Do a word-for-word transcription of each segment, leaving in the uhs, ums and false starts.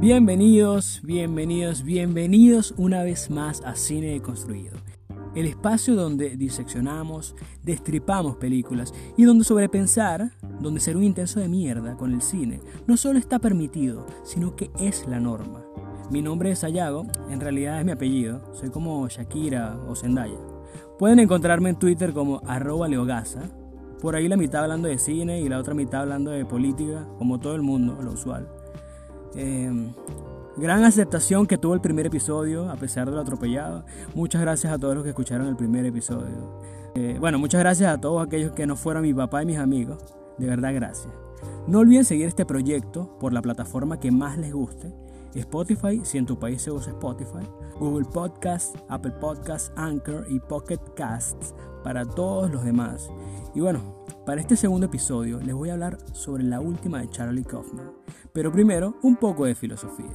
Bienvenidos, bienvenidos, bienvenidos una vez más a Cine Deconstruido, el espacio donde diseccionamos, destripamos películas y donde sobrepensar, donde ser un intenso de mierda con el cine no solo está permitido, sino que es la norma. Mi nombre es Sayago, en realidad es mi apellido, soy como Shakira o Zendaya. Pueden encontrarme en Twitter como arroba leogaza, por ahí la mitad hablando de cine y la otra mitad hablando de política, como todo el mundo, lo usual. Eh, gran aceptación que tuvo el primer episodio a pesar de lo atropellado. Muchas gracias a todos los que escucharon el primer episodio. Eh, bueno, muchas gracias a todos aquellos que no fueron mi papá y mis amigos. De verdad, gracias. No olviden seguir este proyecto por la plataforma que más les guste. Spotify, si en tu país se usa Spotify, Google Podcasts, Apple Podcasts, Anchor y Pocket Casts para todos los demás. Y bueno, para este segundo episodio les voy a hablar sobre la última de Charlie Kaufman. Pero primero, un poco de filosofía.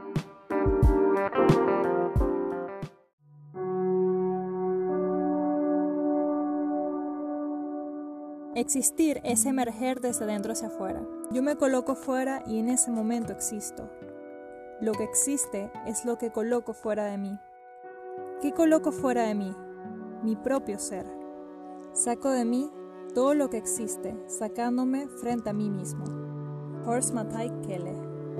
Existir es emerger desde dentro hacia afuera. Yo me coloco fuera y en ese momento existo. Lo que existe es lo que coloco fuera de mí. ¿Qué coloco fuera de mí? Mi propio ser. Saco de mí todo lo que existe, sacándome frente a mí mismo. Horst Mathai Kelle.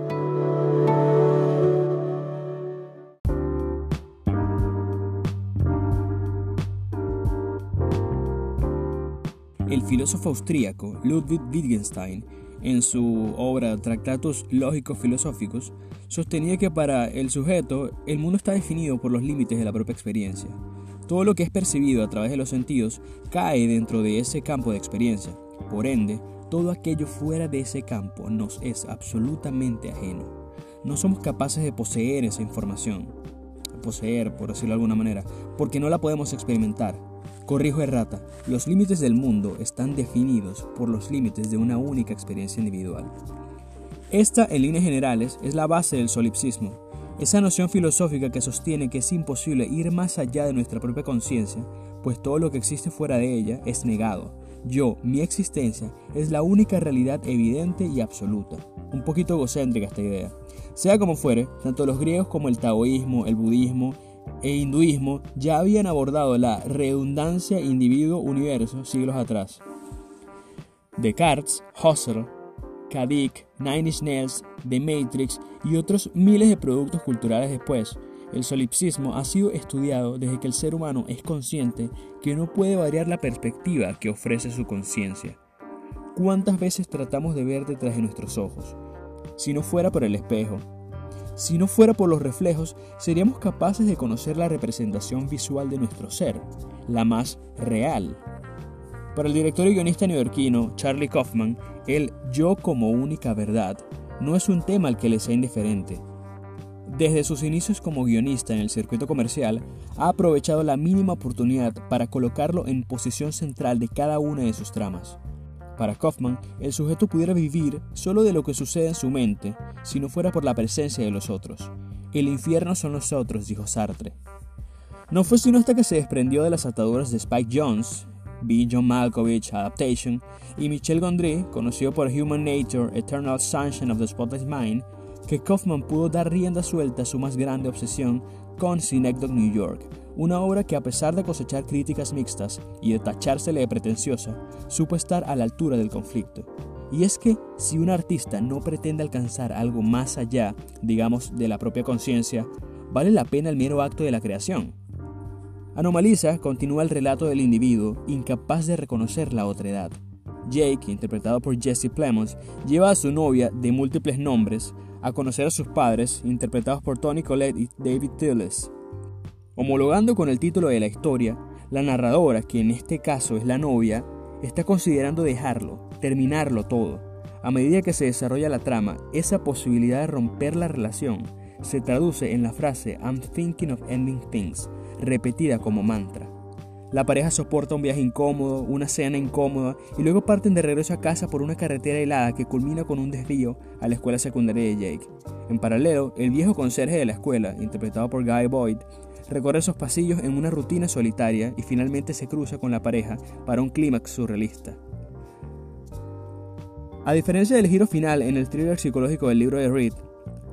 El filósofo austríaco Ludwig Wittgenstein, en su obra Tractatus Lógico-Filosóficos, sostenía que para el sujeto el mundo está definido por los límites de la propia experiencia. Todo lo que es percibido a través de los sentidos cae dentro de ese campo de experiencia. Por ende, todo aquello fuera de ese campo nos es absolutamente ajeno. No somos capaces de poseer esa información, poseer, por decirlo de alguna manera, porque no la podemos experimentar. Corrijo errata, los límites del mundo están definidos por los límites de una única experiencia individual. Esta, en líneas generales, es la base del solipsismo, esa noción filosófica que sostiene que es imposible ir más allá de nuestra propia conciencia, pues todo lo que existe fuera de ella es negado. Yo, mi existencia, es la única realidad evidente y absoluta. Un poquito egocéntrica esta idea. Sea como fuere, tanto los griegos como el taoísmo, el budismo e hinduismo ya habían abordado la redundancia individuo-universo siglos atrás. Descartes, Husserl, K. Dick, Nine Inch Nails, The Matrix y otros miles de productos culturales después, el solipsismo ha sido estudiado desde que el ser humano es consciente que no puede variar la perspectiva que ofrece su conciencia. ¿Cuántas veces tratamos de ver detrás de nuestros ojos? Si no fuera por el espejo, si no fuera por los reflejos, seríamos capaces de conocer la representación visual de nuestro ser, la más real. Para el director y guionista neoyorquino Charlie Kaufman, el yo como única verdad no es un tema al que le sea indiferente. Desde sus inicios como guionista en el circuito comercial, ha aprovechado la mínima oportunidad para colocarlo en posición central de cada una de sus tramas. Para Kaufman, el sujeto pudiera vivir solo de lo que sucede en su mente, si no fuera por la presencia de los otros. El infierno son los otros, dijo Sartre. No fue sino hasta que se desprendió de las ataduras de Spike Jonze, B. John Malkovich, Adaptation, y Michel Gondry, conocido por Human Nature, Eternal Sunshine of the Spotless Mind, que Kaufman pudo dar rienda suelta a su más grande obsesión con Synecdoche, New York, una obra que a pesar de cosechar críticas mixtas y de tachársele de pretenciosa, supo estar a la altura del conflicto. Y es que si un artista no pretende alcanzar algo más allá, digamos, de la propia conciencia, ¿vale la pena el mero acto de la creación? Anomalisa continúa el relato del individuo incapaz de reconocer la otredad. Jake, interpretado por Jesse Plemons, lleva a su novia de múltiples nombres a conocer a sus padres, interpretados por Toni Collette y David Thewlis. Homologando con el título de la historia, la narradora, que en este caso es la novia, está considerando dejarlo, terminarlo todo. A medida que se desarrolla la trama, esa posibilidad de romper la relación se traduce en la frase "I'm thinking of ending things", repetida como mantra. La pareja soporta un viaje incómodo, una cena incómoda y luego parten de regreso a casa por una carretera helada que culmina con un desvío a la escuela secundaria de Jake. En paralelo, el viejo conserje de la escuela, interpretado por Guy Boyd, recorre esos pasillos en una rutina solitaria y finalmente se cruza con la pareja para un clímax surrealista. A diferencia del giro final en el thriller psicológico del libro de Reed,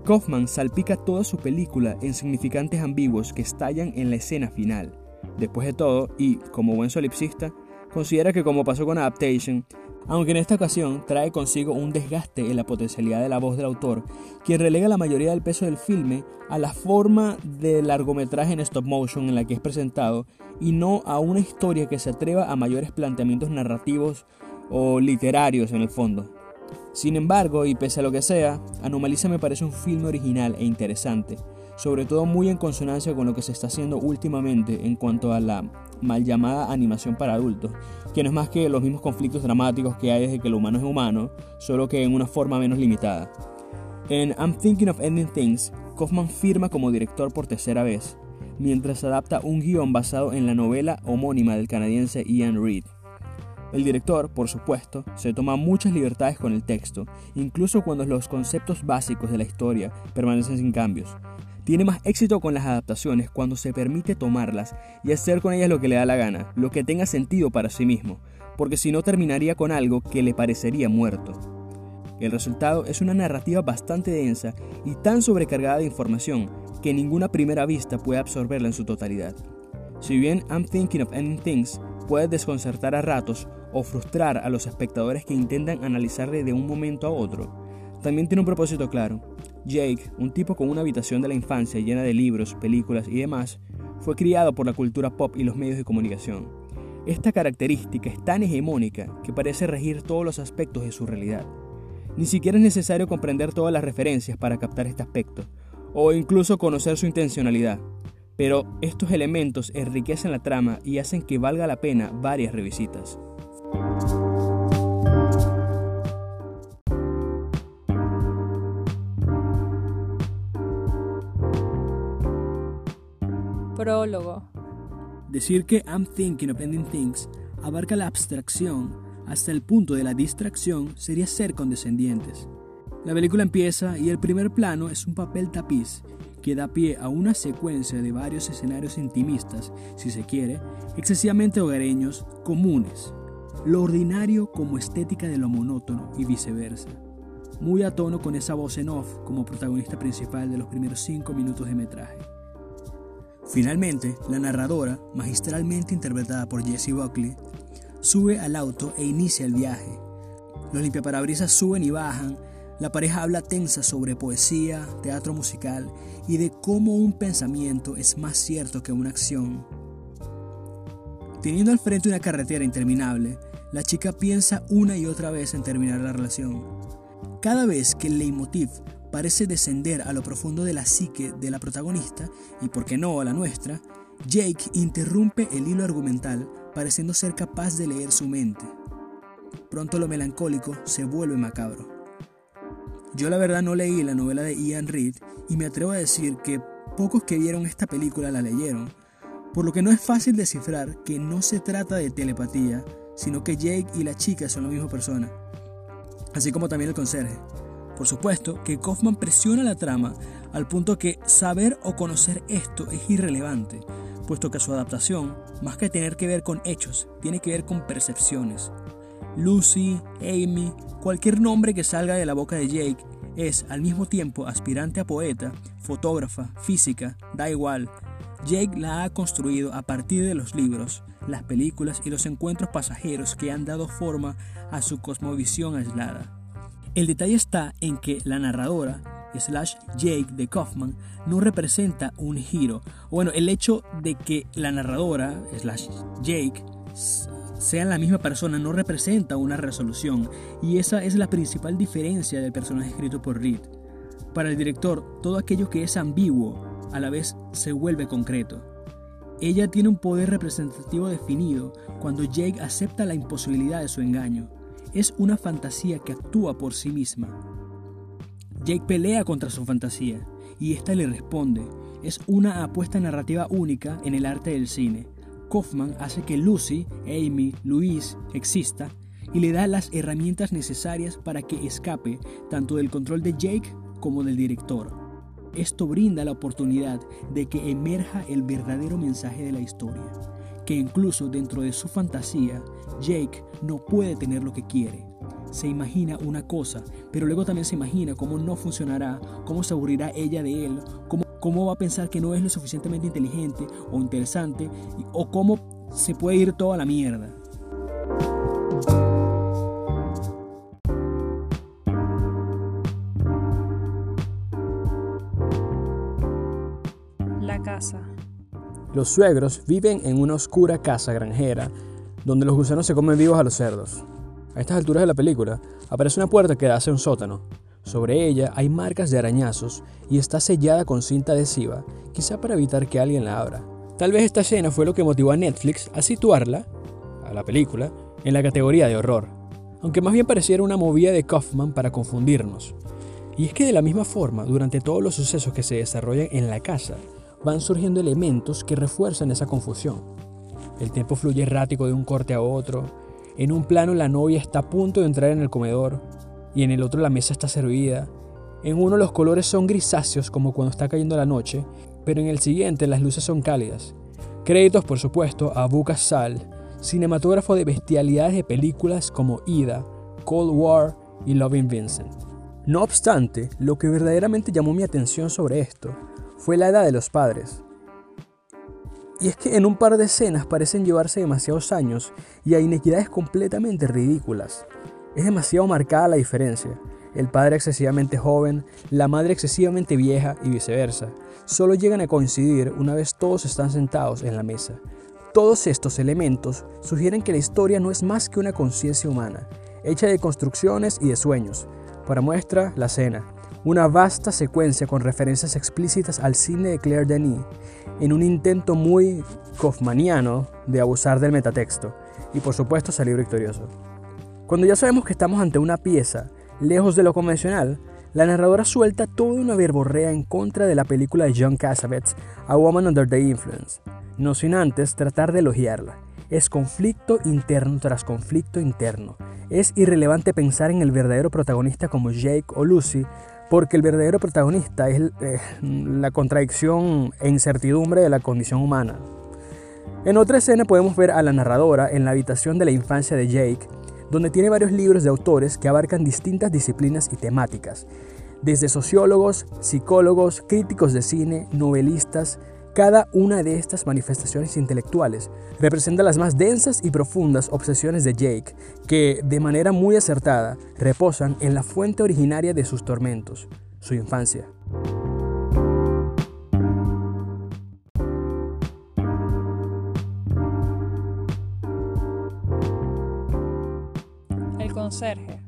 Kaufman salpica toda su película en significantes ambiguos que estallan en la escena final. Después de todo, y como buen solipsista, considera que como pasó con Adaptation, aunque en esta ocasión trae consigo un desgaste en la potencialidad de la voz del autor, quien relega la mayoría del peso del filme a la forma del largometraje en stop motion en la que es presentado y no a una historia que se atreva a mayores planteamientos narrativos o literarios en el fondo. Sin embargo, y pese a lo que sea, Anomalisa me parece un filme original e interesante, sobre todo muy en consonancia con lo que se está haciendo últimamente en cuanto a la mal llamada animación para adultos, que no es más que los mismos conflictos dramáticos que hay desde que lo humano es humano, solo que en una forma menos limitada. En I'm Thinking of Ending Things, Kaufman firma como director por tercera vez, mientras adapta un guión basado en la novela homónima del canadiense Ian Reid. El director, por supuesto, se toma muchas libertades con el texto, incluso cuando los conceptos básicos de la historia permanecen sin cambios. Tiene más éxito con las adaptaciones cuando se permite tomarlas y hacer con ellas lo que le da la gana, lo que tenga sentido para sí mismo, porque si no terminaría con algo que le parecería muerto. El resultado es una narrativa bastante densa y tan sobrecargada de información que ninguna primera vista puede absorberla en su totalidad. Si bien I'm Thinking of Ending Things puede desconcertar a ratos o frustrar a los espectadores que intentan analizarle de un momento a otro, también tiene un propósito claro. Jake, un tipo con una habitación de la infancia llena de libros, películas y demás, fue criado por la cultura pop y los medios de comunicación. Esta característica es tan hegemónica que parece regir todos los aspectos de su realidad. Ni siquiera es necesario comprender todas las referencias para captar este aspecto, o incluso conocer su intencionalidad. Pero estos elementos enriquecen la trama y hacen que valga la pena varias revisitas. Prólogo. Decir que I'm Thinking of Ending Things abarca la abstracción hasta el punto de la distracción sería ser condescendientes. La película empieza y el primer plano es un papel tapiz que da pie a una secuencia de varios escenarios intimistas, si se quiere, excesivamente hogareños, comunes. Lo ordinario como estética de lo monótono y viceversa. Muy a tono con esa voz en off como protagonista principal de los primeros cinco minutos de metraje. Finalmente, la narradora, magistralmente interpretada por Jessie Buckley, sube al auto e inicia el viaje. Los limpiaparabrisas suben y bajan, la pareja habla tensa sobre poesía, teatro musical y de cómo un pensamiento es más cierto que una acción. Teniendo al frente una carretera interminable, la chica piensa una y otra vez en terminar la relación. Cada vez que el leitmotiv parece descender a lo profundo de la psique de la protagonista, y por qué no a la nuestra, Jake interrumpe el hilo argumental pareciendo ser capaz de leer su mente. Pronto lo melancólico se vuelve macabro. Yo la verdad no leí la novela de Ian Reid y me atrevo a decir que pocos que vieron esta película la leyeron, por lo que no es fácil descifrar que no se trata de telepatía, sino que Jake y la chica son la misma persona, así como también el conserje. Por supuesto que Kaufman presiona la trama al punto que saber o conocer esto es irrelevante, puesto que su adaptación, más que tener que ver con hechos, tiene que ver con percepciones. Lucy, Amy, cualquier nombre que salga de la boca de Jake es al mismo tiempo aspirante a poeta, fotógrafa, física, da igual. Jake la ha construido a partir de los libros, las películas y los encuentros pasajeros que han dado forma a su cosmovisión aislada. El detalle está en que la narradora, slash Jake de Kaufman, no representa un giro. Bueno, el hecho de que la narradora, slash Jake, sean la misma persona no representa una resolución, y esa es la principal diferencia del personaje escrito por Reid. Para el director, todo aquello que es ambiguo a la vez se vuelve concreto. Ella tiene un poder representativo definido cuando Jake acepta la imposibilidad de su engaño. Es una fantasía que actúa por sí misma. Jake pelea contra su fantasía y ésta le responde. Es una apuesta narrativa única en el arte del cine. Kaufman hace que Lucy, Amy, Louise exista y le da las herramientas necesarias para que escape tanto del control de Jake como del director. Esto brinda la oportunidad de que emerja el verdadero mensaje de la historia, que incluso dentro de su fantasía, Jake no puede tener lo que quiere. se imagina una cosa, pero luego también se imagina cómo no funcionará, cómo se aburrirá ella de él, cómo, cómo va a pensar que no es lo suficientemente inteligente o interesante, o cómo se puede ir toda la mierda. La casa. Los suegros viven en una oscura casa granjera donde los gusanos se comen vivos a los cerdos. A estas alturas de la película aparece una puerta que da hacia un sótano. Sobre ella hay marcas de arañazos y está sellada con cinta adhesiva, quizá para evitar que alguien la abra. Tal vez esta escena fue lo que motivó a Netflix a situarla, a la película, en la categoría de horror, aunque más bien pareciera una movida de Kaufman para confundirnos. Y es que de la misma forma, durante todos los sucesos que se desarrollan en la casa, van surgiendo elementos que refuerzan esa confusión. El tiempo fluye errático de un corte a otro. En un plano la novia está a punto de entrar en el comedor y en el otro la mesa está servida. En uno los colores son grisáceos como cuando está cayendo la noche, pero en el siguiente las luces son cálidas. Créditos, por supuesto, a Bukka Sal, cinematógrafo de bestialidades de películas como Ida, Cold War y Loving Vincent. No obstante, lo que verdaderamente llamó mi atención sobre esto fue la edad de los padres. Y es que en un par de escenas parecen llevarse demasiados años y hay inequidades completamente ridículas. Es demasiado marcada la diferencia. El padre excesivamente joven, la madre excesivamente vieja y viceversa. Solo llegan a coincidir una vez todos están sentados en la mesa. Todos estos elementos sugieren que la historia no es más que una conciencia humana, hecha de construcciones y de sueños. Para muestra, la cena. Una vasta secuencia con referencias explícitas al cine de Claire Denis, en un intento muy kaufmaniano de abusar del metatexto, y por supuesto salir victorioso. Cuando ya sabemos que estamos ante una pieza, lejos de lo convencional, la narradora suelta toda una verborrea en contra de la película de John Cassavetes, A Woman Under the Influence, no sin antes tratar de elogiarla. Es conflicto interno tras conflicto interno. Es irrelevante pensar en el verdadero protagonista como Jake o Lucy, porque el verdadero protagonista es eh, la contradicción e incertidumbre de la condición humana. En otra escena podemos ver a la narradora en la habitación de la infancia de Jake, donde tiene varios libros de autores que abarcan distintas disciplinas y temáticas, desde sociólogos, psicólogos, críticos de cine, novelistas. Cada una de estas manifestaciones intelectuales representa las más densas y profundas obsesiones de Jake, que, de manera muy acertada, reposan en la fuente originaria de sus tormentos, su infancia. El conserje.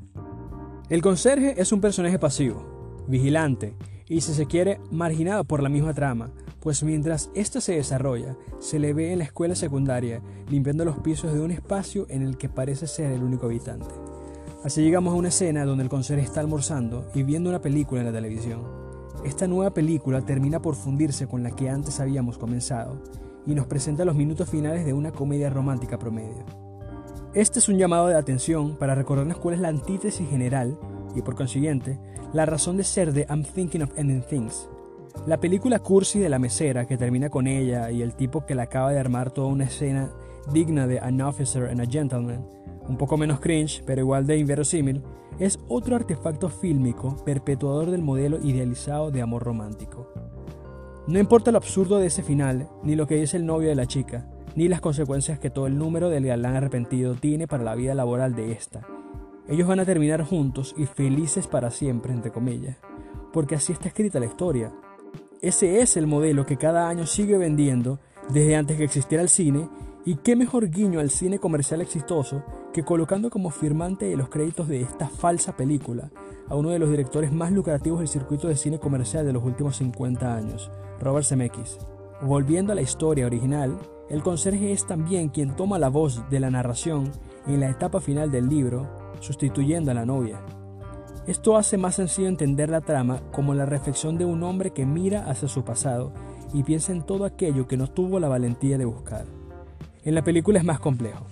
El conserje es un personaje pasivo, vigilante y, si se quiere, marginado por la misma trama, pues mientras ésta se desarrolla, se le ve en la escuela secundaria limpiando los pisos de un espacio en el que parece ser el único habitante. Así llegamos a una escena donde el conserje está almorzando y viendo una película en la televisión. Esta nueva película termina por fundirse con la que antes habíamos comenzado y nos presenta los minutos finales de una comedia romántica promedio. Este es un llamado de atención para recordarnos cuál es la antítesis general y, por consiguiente, la razón de ser de I'm Thinking of Ending Things. La película cursi de la mesera que termina con ella y el tipo que le acaba de armar toda una escena digna de An Officer and a Gentleman, un poco menos cringe pero igual de inverosímil, es otro artefacto fílmico perpetuador del modelo idealizado de amor romántico. No importa lo absurdo de ese final, ni lo que dice el novio de la chica, ni las consecuencias que todo el número del galán arrepentido tiene para la vida laboral de esta. Ellos van a terminar juntos y felices para siempre, entre comillas, porque así está escrita la historia. Ese es el modelo que cada año sigue vendiendo desde antes que existiera el cine, y qué mejor guiño al cine comercial exitoso que colocando como firmante de los créditos de esta falsa película a uno de los directores más lucrativos del circuito de cine comercial de los últimos cincuenta años, Robert Zemeckis. Volviendo a la historia original, el conserje es también quien toma la voz de la narración en la etapa final del libro, sustituyendo a la novia. Esto hace más sencillo entender la trama como la reflexión de un hombre que mira hacia su pasado y piensa en todo aquello que no tuvo la valentía de buscar. En la película es más complejo.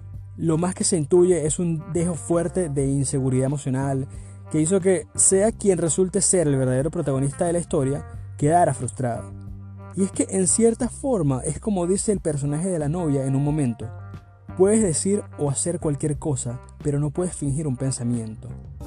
Lo más que se intuye es un dejo fuerte de inseguridad emocional que hizo que, sea quien resulte ser el verdadero protagonista de la historia, quedara frustrado. Y es que en cierta forma es como dice el personaje de la novia en un momento: puedes decir o hacer cualquier cosa, pero no puedes fingir un pensamiento.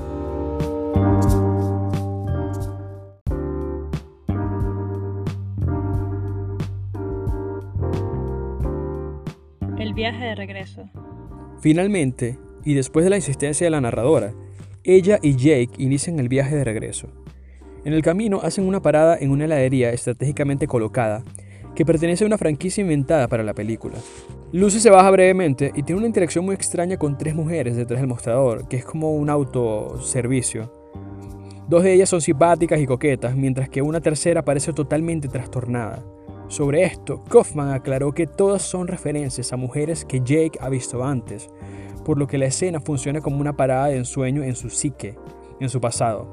El viaje de regreso. Finalmente, y después de la insistencia de la narradora, ella y Jake inician el viaje de regreso. En el camino hacen una parada en una heladería estratégicamente colocada que pertenece a una franquicia inventada para la película. Lucy se baja brevemente y tiene una interacción muy extraña con tres mujeres detrás del mostrador, que es como un autoservicio. Dos de ellas son simpáticas y coquetas, mientras que una tercera parece totalmente trastornada. Sobre esto, Kaufman aclaró que todas son referencias a mujeres que Jake ha visto antes, por lo que la escena funciona como una parada de ensueño en su psique, en su pasado.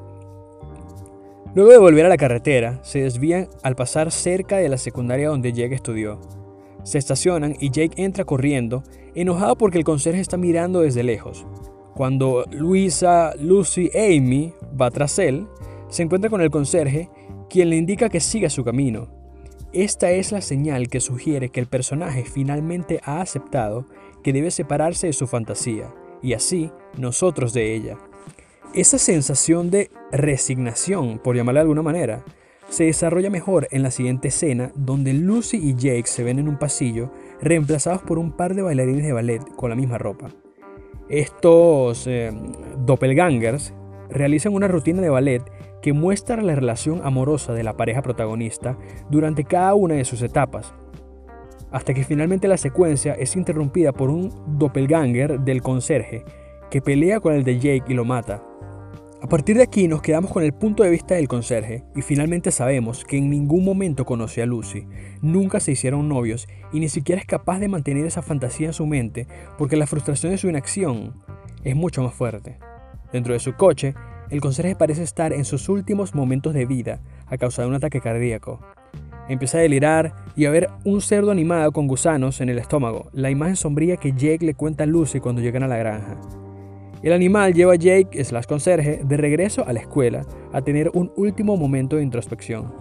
Luego de volver a la carretera, se desvían al pasar cerca de la secundaria donde Jake estudió. Se estacionan y Jake entra corriendo, enojado porque el conserje está mirando desde lejos. Cuando Luisa, Lucy e Amy va tras él, se encuentra con el conserje, quien le indica que siga su camino. Esta es la señal que sugiere que el personaje finalmente ha aceptado que debe separarse de su fantasía, y así nosotros de ella. Esa sensación de resignación, por llamarla de alguna manera, se desarrolla mejor en la siguiente escena, donde Lucy y Jake se ven en un pasillo, reemplazados por un par de bailarines de ballet con la misma ropa. Estos eh, doppelgangers realizan una rutina de ballet que muestra la relación amorosa de la pareja protagonista durante cada una de sus etapas, hasta que finalmente la secuencia es interrumpida por un doppelganger del conserje que pelea con el de Jake y lo mata. A partir de aquí nos quedamos con el punto de vista del conserje y finalmente sabemos que en ningún momento conoció a Lucy, nunca se hicieron novios y ni siquiera es capaz de mantener esa fantasía en su mente porque la frustración de su inacción es mucho más fuerte. Dentro de su coche, el conserje parece estar en sus últimos momentos de vida a causa de un ataque cardíaco. Empieza a delirar y a ver un cerdo animado con gusanos en el estómago, la imagen sombría que Jake le cuenta a Lucy cuando llegan a la granja. El animal lleva a Jake, slash conserje, de regreso a la escuela a tener un último momento de introspección.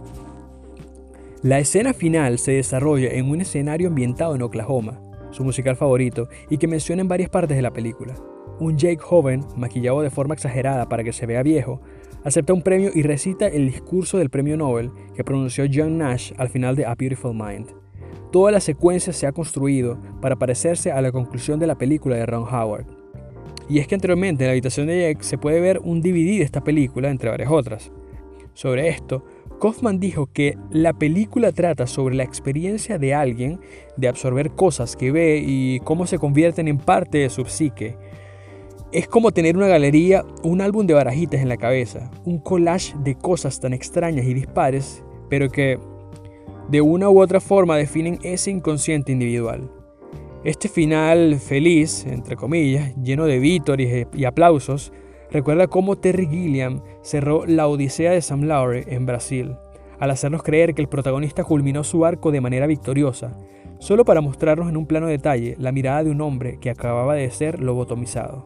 La escena final se desarrolla en un escenario ambientado en Oklahoma, su musical favorito, y que menciona en varias partes de la película. Un Jake joven, maquillado de forma exagerada para que se vea viejo, acepta un premio y recita el discurso del premio Nobel que pronunció John Nash al final de A Beautiful Mind. Toda la secuencia se ha construido para parecerse a la conclusión de la película de Ron Howard. Y es que anteriormente en la habitación de Jake se puede ver un D V D de esta película, entre varias otras. Sobre esto, Kaufman dijo que la película trata sobre la experiencia de alguien de absorber cosas que ve y cómo se convierten en parte de su psique. Es como tener una galería, un álbum de barajitas en la cabeza, un collage de cosas tan extrañas y dispares, pero que de una u otra forma definen ese inconsciente individual. Este final feliz, entre comillas, lleno de vítores y aplausos, recuerda cómo Terry Gilliam cerró La Odisea de Sam Lowry en Brasil, al hacernos creer que el protagonista culminó su arco de manera victoriosa, solo para mostrarnos en un plano detalle la mirada de un hombre que acababa de ser lobotomizado.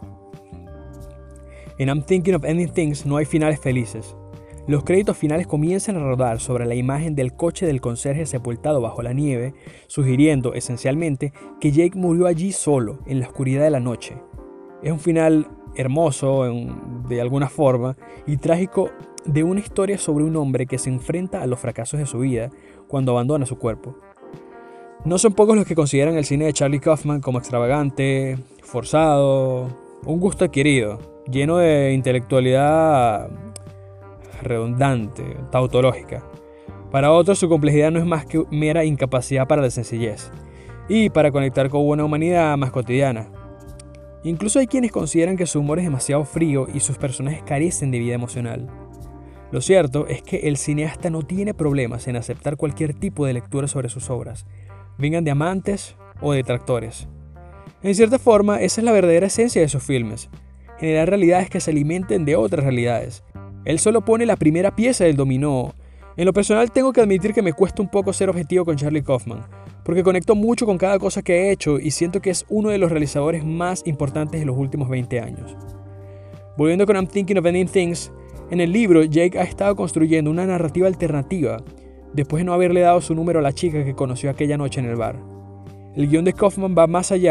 En I'm Thinking of Ending Things no hay finales felices. Los créditos finales comienzan a rodar sobre la imagen del coche del conserje sepultado bajo la nieve, sugiriendo esencialmente que Jake murió allí solo, en la oscuridad de la noche. Es un final hermoso, en, de alguna forma, y trágico de una historia sobre un hombre que se enfrenta a los fracasos de su vida cuando abandona su cuerpo. No son pocos los que consideran el cine de Charlie Kaufman como extravagante, forzado, un gusto adquirido, lleno de intelectualidad redundante, tautológica. Para otros su complejidad no es más que mera incapacidad para la sencillez y para conectar con una humanidad más cotidiana. Incluso hay quienes consideran que su humor es demasiado frío y sus personajes carecen de vida emocional. Lo cierto es que el cineasta no tiene problemas en aceptar cualquier tipo de lectura sobre sus obras, vengan de amantes o detractores. En cierta forma, esa es la verdadera esencia de sus filmes, generar realidades que se alimenten de otras realidades. Él solo pone la primera pieza del dominó. En lo personal tengo que admitir que me cuesta un poco ser objetivo con Charlie Kaufman, porque conecto mucho con cada cosa que he hecho y siento que es uno de los realizadores más importantes de los últimos veinte años. Volviendo con I'm Thinking of Ending Things, en el libro Jake ha estado construyendo una narrativa alternativa después de no haberle dado su número a la chica que conoció aquella noche en el bar. El guión de Kaufman va más allá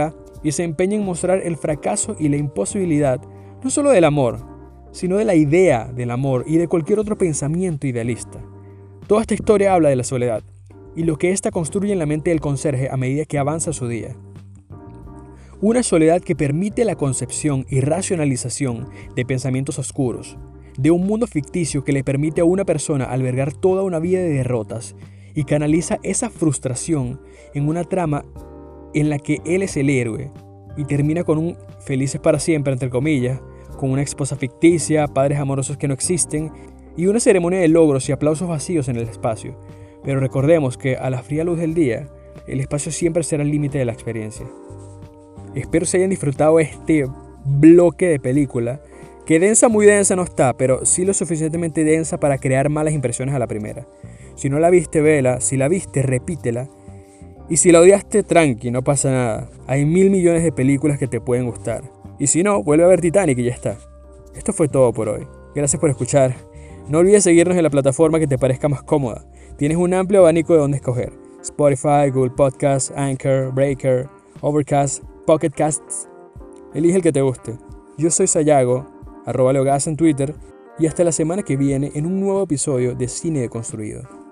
y se empeña en mostrar el fracaso y la imposibilidad no solo del amor, sino de la idea del amor y de cualquier otro pensamiento idealista. Toda esta historia habla de la soledad y lo que ésta construye en la mente del conserje a medida que avanza su día. Una soledad que permite la concepción y racionalización de pensamientos oscuros, de un mundo ficticio que le permite a una persona albergar toda una vida de derrotas y canaliza esa frustración en una trama en la que él es el héroe y termina con un felices para siempre, entre comillas, con una esposa ficticia, padres amorosos que no existen y una ceremonia de logros y aplausos vacíos en el espacio. Pero recordemos que a la fría luz del día, el espacio siempre será el límite de la experiencia. Espero se hayan disfrutado este bloque de película, que densa, muy densa no está, pero sí lo suficientemente densa para crear malas impresiones a la primera. Si no la viste, vela. Si la viste, repítela. Y si la odiaste, tranqui, no pasa nada. Hay mil millones de películas que te pueden gustar. Y si no, vuelve a ver Titanic y ya está. Esto fue todo por hoy. Gracias por escuchar. No olvides seguirnos en la plataforma que te parezca más cómoda. Tienes un amplio abanico de dónde escoger. Spotify, Google Podcasts, Anchor, Breaker, Overcast, Pocket Casts. Elige el que te guste. Yo soy Sayago, arroba Leogas en Twitter, y hasta la semana que viene en un nuevo episodio de Cine Deconstruido.